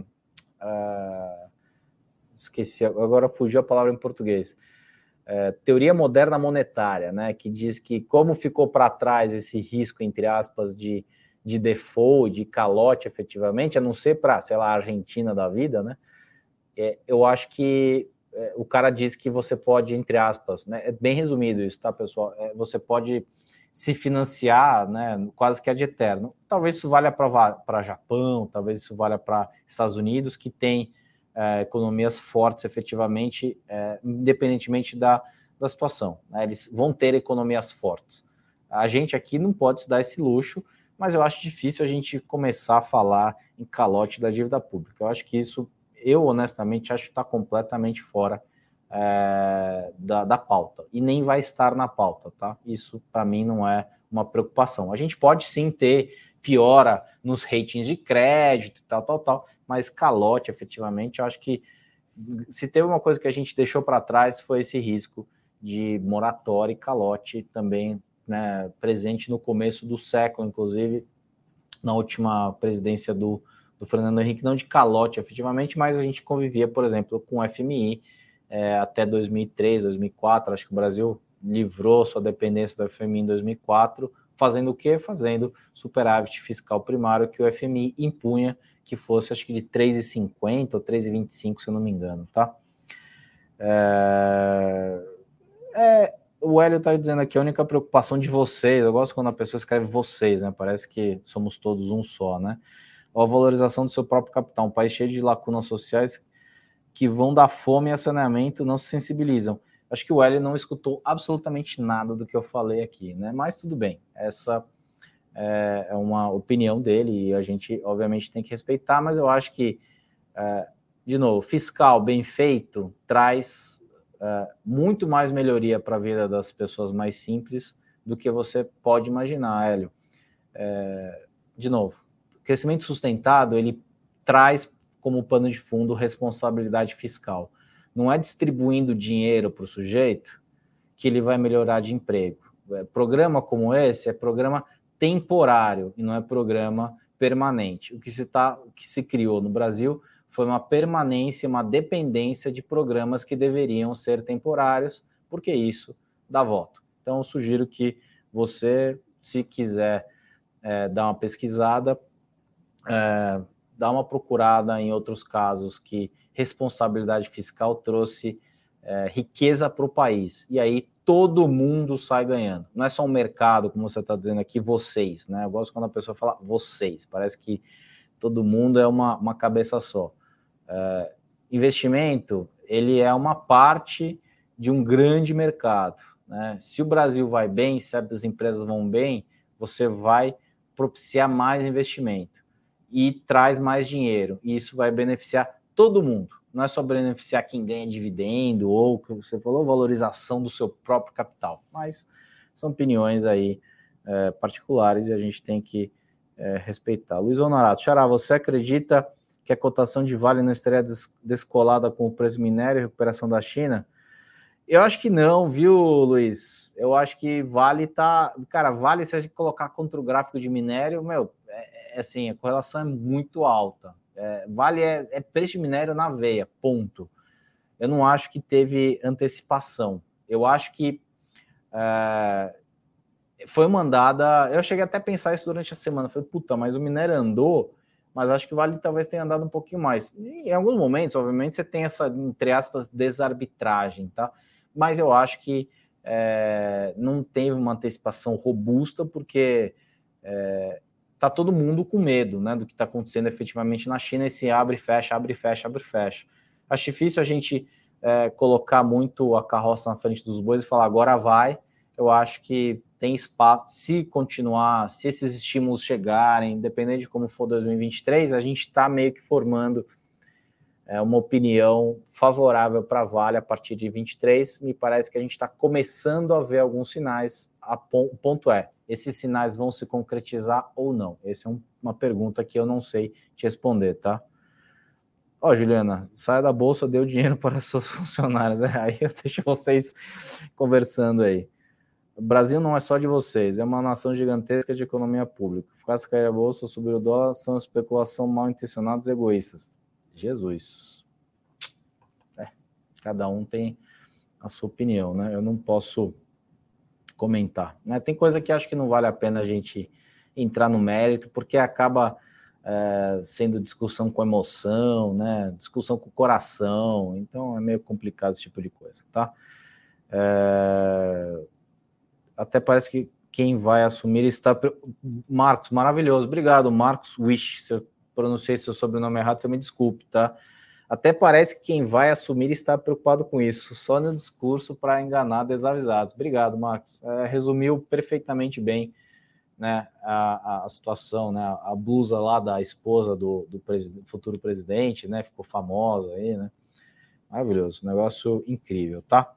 esqueci, agora fugiu a palavra em português, teoria moderna monetária, né, que diz que como ficou para trás esse risco, entre aspas, de default, de calote efetivamente, a não ser para, sei lá, a Argentina da vida, né, eu acho que o cara diz que você pode, entre aspas, né, é bem resumido isso, tá, pessoal, você pode se financiar, né, quase que ad eterno. Talvez isso valha para Japão, talvez isso valha para Estados Unidos, que tem economias fortes, efetivamente, independentemente da situação, né? Eles vão ter economias fortes. A gente aqui não pode se dar esse luxo, mas eu acho difícil a gente começar a falar em calote da dívida pública. Eu acho que isso, eu honestamente, acho que está completamente fora da pauta, e nem vai estar na pauta, tá? Isso, para mim, não é uma preocupação. A gente pode sim ter piora nos ratings de crédito, tal, mas calote, efetivamente, eu acho que se teve uma coisa que a gente deixou para trás foi esse risco de moratória e calote também, né, presente no começo do século, inclusive na última presidência do Fernando Henrique, não de calote efetivamente, mas a gente convivia, por exemplo, com o FMI até 2003, 2004, acho que o Brasil livrou sua dependência do FMI em 2004, Fazendo o quê? Fazendo superávit fiscal primário que o FMI impunha que fosse, acho que de 3,50 ou 3,25, se eu não me engano, tá? O Hélio está dizendo aqui, a única preocupação de vocês, eu gosto quando a pessoa escreve vocês, né? Parece que somos todos um só, né? Ou a valorização do seu próprio capital, um país cheio de lacunas sociais que vão da fome a saneamento, não se sensibilizam. Acho que o Hélio não escutou absolutamente nada do que eu falei aqui, né? Mas tudo bem, essa é uma opinião dele e a gente, obviamente, tem que respeitar, mas eu acho que, de novo, fiscal bem feito traz muito mais melhoria para a vida das pessoas mais simples do que você pode imaginar, Hélio. De novo, crescimento sustentado, ele traz como pano de fundo responsabilidade fiscal. Não é distribuindo dinheiro para o sujeito que ele vai melhorar de emprego. Programa como esse é programa temporário e não é programa permanente. O que se criou no Brasil foi uma permanência, uma dependência de programas que deveriam ser temporários, porque isso dá voto. Então, eu sugiro que você, se quiser dar uma pesquisada, dá uma procurada em outros casos que responsabilidade fiscal trouxe riqueza para o país. E aí todo mundo sai ganhando. Não é só um mercado, como você está dizendo aqui, vocês, né? Eu gosto quando a pessoa fala vocês. Parece que todo mundo é uma cabeça só. Investimento, ele é uma parte de um grande mercado, né? Se o Brasil vai bem, se as empresas vão bem, você vai propiciar mais investimento e traz mais dinheiro. E isso vai beneficiar todo mundo. Não é só beneficiar quem ganha dividendo ou, que você falou, valorização do seu próprio capital. Mas são opiniões aí particulares e a gente tem que respeitar. Luiz Honorato, Xará, você acredita que a cotação de Vale não estaria descolada com o preço do minério e recuperação da China? Eu acho que não, viu, Luiz? Eu acho que Vale tá... Cara, Vale, se a gente colocar contra o gráfico de minério, assim, a correlação é muito alta. Vale é preço de minério na veia, ponto. Eu não acho que teve antecipação. Eu acho que foi mandada... Eu cheguei até a pensar isso durante a semana. Falei, puta, mas o minério andou, mas acho que Vale talvez tenha andado um pouquinho mais. E em alguns momentos, obviamente, você tem essa, entre aspas, desarbitragem, tá? Mas eu acho que não teve uma antecipação robusta, porque tá todo mundo com medo, né, do que está acontecendo efetivamente na China, esse abre e fecha, abre e fecha, abre e fecha. Acho difícil a gente colocar muito a carroça na frente dos bois e falar, agora vai. Eu acho que tem espaço, se continuar, se esses estímulos chegarem, independente de como for 2023, a gente está meio que formando uma opinião favorável para a Vale a partir de 23. Me parece que a gente está começando a ver alguns sinais. O ponto é, esses sinais vão se concretizar ou não? Essa é uma pergunta que eu não sei te responder, tá? Ó, Juliana, saia da bolsa, dê o dinheiro para seus funcionários. Aí eu deixo vocês conversando aí. O Brasil não é só de vocês, é uma nação gigantesca de economia pública. Ficar cair a bolsa, subir o dólar, são especulação mal intencionados e egoístas. Jesus. Cada um tem a sua opinião, né? Eu não posso comentar. Né? Tem coisa que acho que não vale a pena a gente entrar no mérito, porque acaba sendo discussão com emoção, né? Discussão com o coração. Então é meio complicado esse tipo de coisa, tá? Até parece que quem vai assumir está... Marcos, maravilhoso. Obrigado, Marcos Wish. Se eu pronunciei seu sobrenome errado, você me desculpe, tá? Até parece que quem vai assumir está preocupado com isso, só no discurso para enganar desavisados. Obrigado, Marcos. Resumiu perfeitamente bem, né, a situação, né, a blusa lá da esposa do futuro presidente, né, ficou famosa aí, né? Maravilhoso, negócio incrível, tá?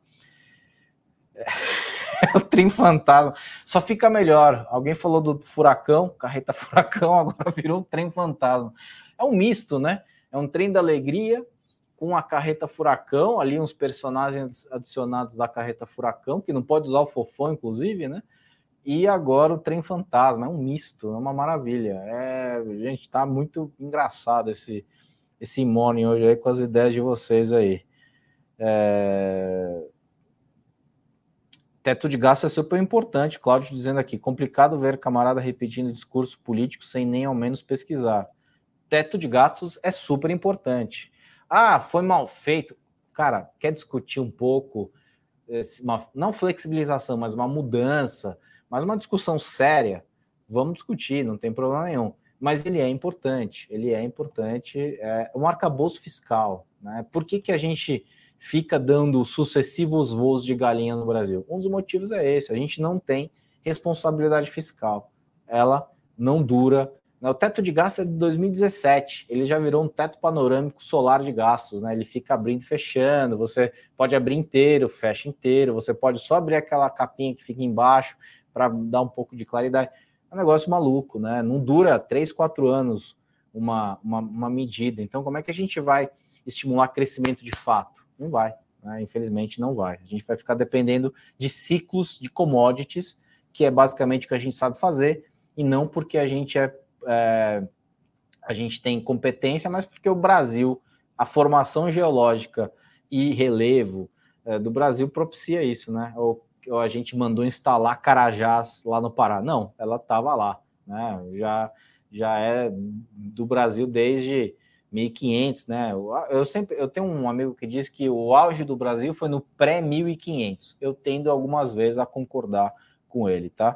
O trem fantasma. Só fica melhor. Alguém falou do furacão, carreta furacão, agora virou um trem fantasma. É um misto, né? É um trem da alegria com a carreta furacão, ali uns personagens adicionados da carreta furacão, que não pode usar o fofão, inclusive, né? E agora o trem fantasma. É um misto, é uma maravilha. Gente, tá muito engraçado esse morning hoje aí com as ideias de vocês aí. Teto de gasto é super importante. Cláudio dizendo aqui, complicado ver camarada repetindo discurso político sem nem ao menos pesquisar. Teto de gastos é super importante. Ah, foi mal feito. Cara, quer discutir um pouco, não flexibilização, mas uma mudança, mas uma discussão séria, vamos discutir, não tem problema nenhum. Mas ele é importante, um arcabouço fiscal. Né? Por que a gente fica dando sucessivos voos de galinha no Brasil? Um dos motivos é esse, a gente não tem responsabilidade fiscal. Ela não dura. O teto de gastos é de 2017, ele já virou um teto panorâmico solar de gastos, né? Ele fica abrindo e fechando, você pode abrir inteiro, fecha inteiro, você pode só abrir aquela capinha que fica embaixo para dar um pouco de claridade. É um negócio maluco, né? Não dura 3, 4 anos uma medida. Então, como é que a gente vai estimular crescimento de fato? Não vai, né? Infelizmente não vai. A gente vai ficar dependendo de ciclos de commodities, que é basicamente o que a gente sabe fazer, e não porque a gente a gente tem competência, mas porque o Brasil, a formação geológica e relevo do Brasil propicia isso, né? Ou a gente mandou instalar Carajás lá no Pará. Não, ela estava lá, né? Já é do Brasil desde 1500, né? Eu tenho um amigo que diz que o auge do Brasil foi no pré-1500. Eu tendo algumas vezes a concordar com ele, tá?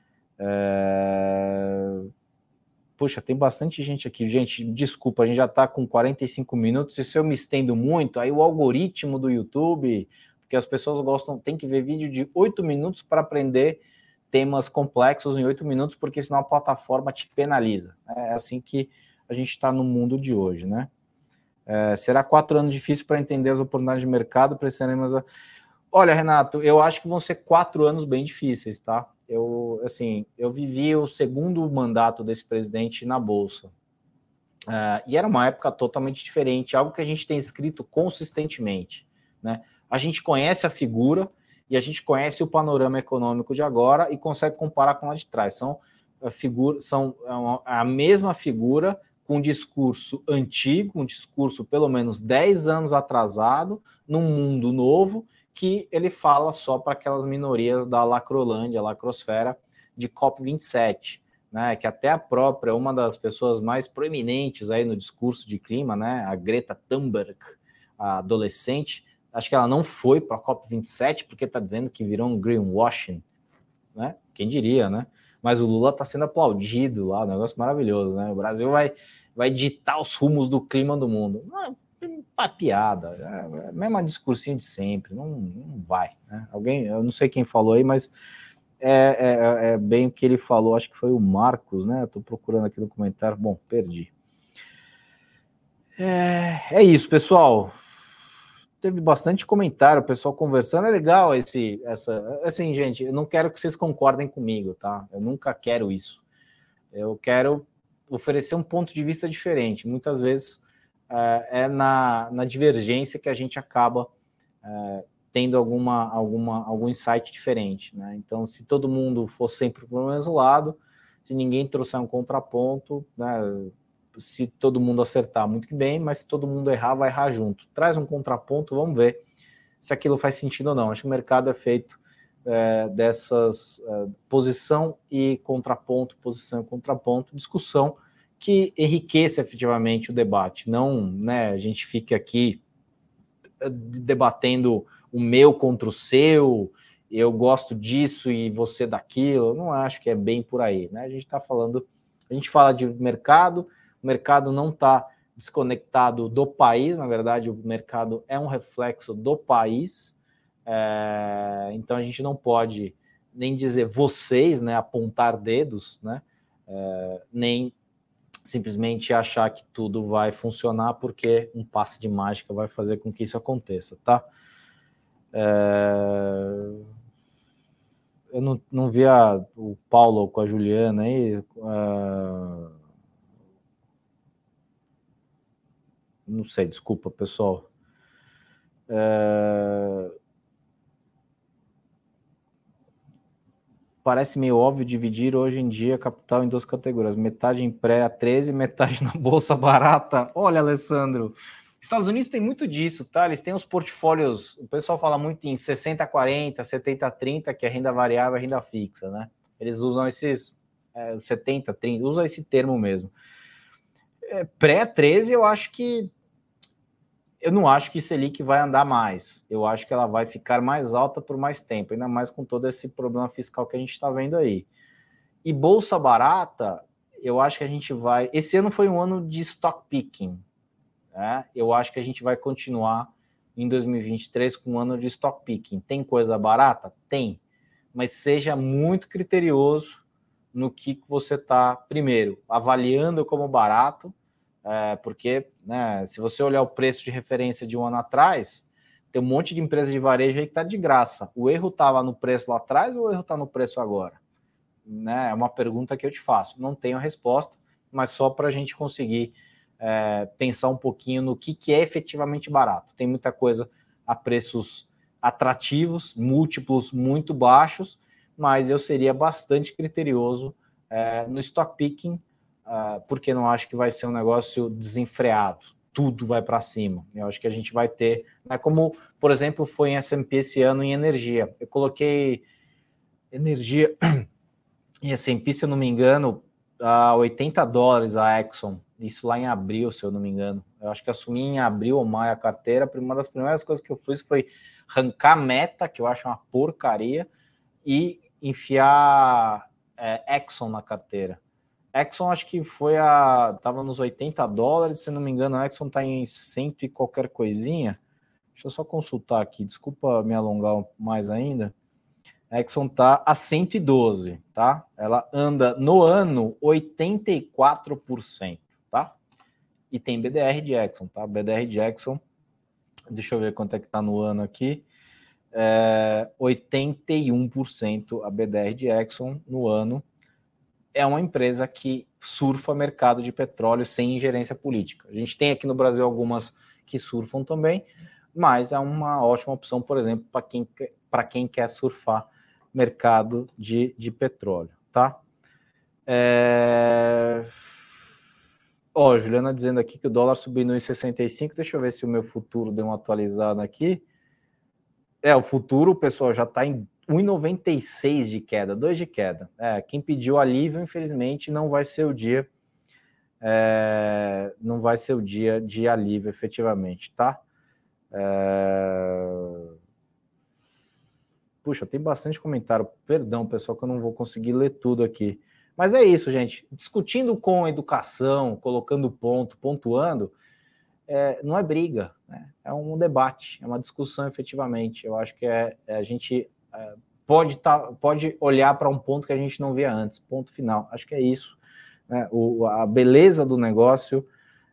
Puxa, tem bastante gente aqui. Gente, desculpa, a gente já está com 45 minutos. E se eu me estendo muito, aí o algoritmo do YouTube, porque as pessoas gostam, tem que ver vídeo de 8 minutos para aprender temas complexos em 8 minutos, porque senão a plataforma te penaliza. É assim que a gente está no mundo de hoje, né? Será 4 anos difícil para entender as oportunidades de mercado? Precisaremos... Olha, Renato, eu acho que vão ser 4 anos bem difíceis, tá? Eu vivi o segundo mandato desse presidente na Bolsa. E era uma época totalmente diferente, algo que a gente tem escrito consistentemente. Né? A gente conhece a figura e a gente conhece o panorama econômico de agora e consegue comparar com a de trás. São a mesma figura com um discurso antigo, um discurso pelo menos 10 anos atrasado, num mundo novo, que ele fala só para aquelas minorias da lacrolândia, lacrosfera de COP27, né, que até a própria, uma das pessoas mais proeminentes aí no discurso de clima, né, a Greta Thunberg, a adolescente, acho que ela não foi para a COP27 porque está dizendo que virou um greenwashing, né, quem diria, né, mas o Lula está sendo aplaudido lá, um negócio maravilhoso, né, o Brasil vai ditar os rumos do clima do mundo. Uma piada, mesmo discursinho de sempre, não vai, né? Eu não sei quem falou aí, mas é bem o que ele falou, acho que foi o Marcos, né? Estou procurando aqui no comentário, bom, perdi. É isso, pessoal. Teve bastante comentário, o pessoal conversando, é legal assim, gente, eu não quero que vocês concordem comigo, tá? Eu nunca quero isso. Eu quero oferecer um ponto de vista diferente. Muitas vezes é na divergência que a gente acaba tendo algum insight diferente, né? Então, se todo mundo for sempre para o mesmo lado, se ninguém trouxer um contraponto, né? Se todo mundo acertar, muito que bem, mas se todo mundo errar, vai errar junto. Traz um contraponto, vamos ver se aquilo faz sentido ou não. Acho que o mercado é feito dessas posição e contraponto, posição e contraponto, discussão que enriqueça efetivamente o debate. Não, né, a gente fique aqui debatendo o meu contra o seu, eu gosto disso e você daquilo. Eu não acho que é bem por aí, né? A gente fala de mercado, o mercado não está desconectado do país, na verdade, o mercado é um reflexo do país, então a gente não pode nem dizer vocês, né, apontar dedos, né, nem simplesmente achar que tudo vai funcionar porque um passe de mágica vai fazer com que isso aconteça, tá? Eu não vi o Paulo com a Juliana aí. Não sei, desculpa, pessoal. Parece meio óbvio dividir hoje em dia capital em 2 categorias. Metade em pré a 13, metade na bolsa barata. Olha, Alessandro, Estados Unidos tem muito disso, tá? Eles têm os portfólios, o pessoal fala muito em 60-40, 70-30, que é renda variável e renda fixa, né? Eles usam esses 70-30, usa esse termo mesmo. Pré-13, eu não acho que Selic vai andar mais. Eu acho que ela vai ficar mais alta por mais tempo, ainda mais com todo esse problema fiscal que a gente está vendo aí. E bolsa barata, eu acho que a gente vai... Esse ano foi um ano de stock picking, né? Eu acho que a gente vai continuar em 2023 com um ano de stock picking. Tem coisa barata? Tem. Mas seja muito criterioso no que você está, primeiro, avaliando como barato, porque, né, se você olhar o preço de referência de um ano atrás, tem um monte de empresa de varejo aí que está de graça. O erro estava no preço lá atrás ou o erro está no preço agora? Né, é uma pergunta que eu te faço. Não tenho resposta, mas só para a gente conseguir pensar um pouquinho no que é efetivamente barato. Tem muita coisa a preços atrativos, múltiplos muito baixos, mas eu seria bastante criterioso no stock picking, porque não acho que vai ser um negócio desenfreado, tudo vai para cima. Eu acho que a gente vai ter, né, como, por exemplo, foi em S&P esse ano em energia. Eu coloquei energia em S&P, se eu não me engano, a $80 a Exxon, isso lá em abril, se eu não me engano. Eu acho que assumi em abril ou maio a carteira. Uma das primeiras coisas que eu fiz foi arrancar Meta, que eu acho uma porcaria, e enfiar Exxon na carteira. Exxon acho que estava nos $80, se não me engano, a Exxon está em 100 e qualquer coisinha. Deixa eu só consultar aqui, desculpa me alongar mais ainda. A Exxon está a 112, tá? Ela anda no ano 84%, tá? E tem BDR de Exxon, tá? BDR de Exxon, deixa eu ver quanto é que está no ano aqui. 81% a BDR de Exxon no ano. É uma empresa que surfa mercado de petróleo sem ingerência política. A gente tem aqui no Brasil algumas que surfam também, mas é uma ótima opção, por exemplo, para quem quer surfar mercado de petróleo, tá? Juliana dizendo aqui que o dólar subiu no 1,65, deixa eu ver se o meu futuro deu uma atualizada aqui. O futuro, pessoal, já está em 1,96 de queda, 2 de queda. Quem pediu alívio, infelizmente, não vai ser o dia. Não vai ser o dia de alívio, efetivamente, tá? Puxa, tem bastante comentário. Perdão, pessoal, que eu não vou conseguir ler tudo aqui. Mas é isso, gente. Discutindo com a educação, colocando ponto, pontuando, não é briga, né? É um debate, é uma discussão, efetivamente. Eu acho que a gente pode olhar para um ponto que a gente não via antes, ponto final. Acho que é isso. Né? A beleza do negócio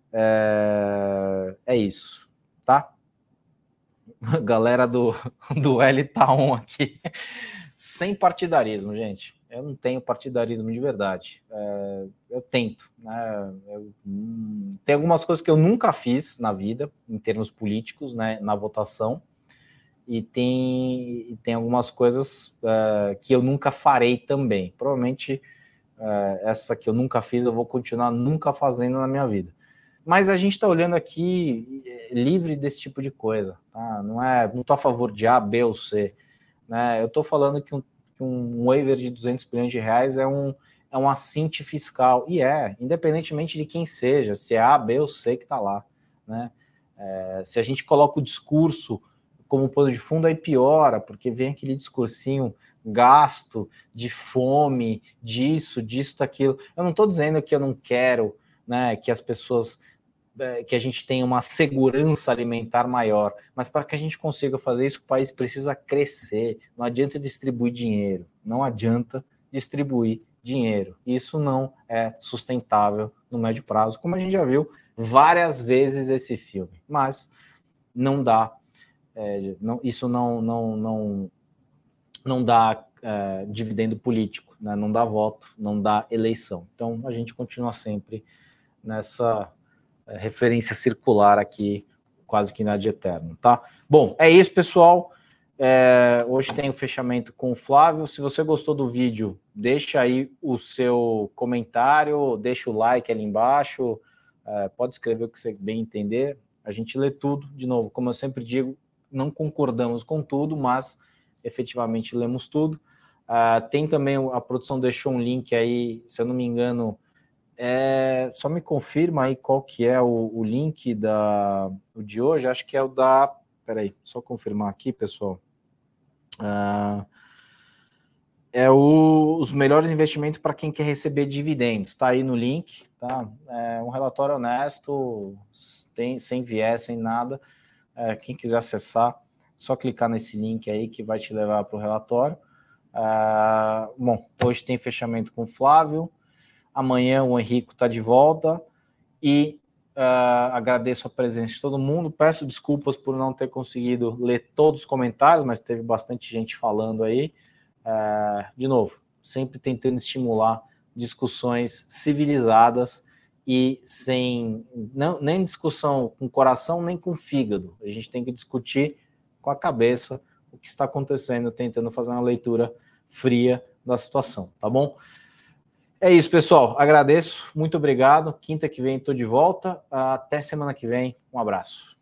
é isso, tá? Galera do L tá on aqui. Sem partidarismo, gente. Eu não tenho partidarismo de verdade. Eu tento. Né? Tem algumas coisas que eu nunca fiz na vida, em termos políticos, né, na votação, e tem algumas coisas que eu nunca farei também. Provavelmente essa que eu nunca fiz, eu vou continuar nunca fazendo na minha vida. Mas a gente está olhando aqui livre desse tipo de coisa, tá? Não estou a favor de A, B ou C, né? Eu estou falando que um waiver de 200 bilhões de reais é um assinte fiscal, e independentemente de quem seja, se é A, B ou C que está lá, né? Se a gente coloca o discurso como pano de fundo, aí piora, porque vem aquele discursinho gasto, de fome, disso, daquilo. Eu não estou dizendo que eu não quero, né, que as pessoas... que a gente tenha uma segurança alimentar maior, mas para que a gente consiga fazer isso, o país precisa crescer. Não adianta distribuir dinheiro, não adianta distribuir dinheiro. Isso não é sustentável no médio prazo, como a gente já viu várias vezes esse filme. Mas não dá, isso não dá dividendo político, né? Não dá voto, não dá eleição. Então a gente continua sempre nessa referência circular aqui, quase que ad eterno, tá? Bom, é isso, pessoal. Hoje tem o fechamento com o Flávio. Se você gostou do vídeo, deixa aí o seu comentário, deixa o like ali embaixo, pode escrever o que você bem entender. A gente lê tudo, de novo, como eu sempre digo, não concordamos com tudo, mas efetivamente lemos tudo. Tem também, a produção deixou um link aí, se eu não me engano, só me confirma aí qual que é o link o de hoje, acho que é o da... Peraí, só confirmar aqui, pessoal. Os melhores investimentos para quem quer receber dividendos. Tá aí no link, tá? É um relatório honesto, sem viés, sem nada. Quem quiser acessar, só clicar nesse link aí que vai te levar para o relatório. Bom, hoje tem fechamento com o Flávio. Amanhã o Henrico está de volta. E agradeço a presença de todo mundo. Peço desculpas por não ter conseguido ler todos os comentários, mas teve bastante gente falando aí. De novo, sempre tentando estimular discussões civilizadas e nem discussão com coração, nem com fígado. A gente tem que discutir com a cabeça o que está acontecendo, tentando fazer uma leitura fria da situação, tá bom? É isso, pessoal. Agradeço, muito obrigado. Quinta que vem estou de volta. Até semana que vem. Um abraço.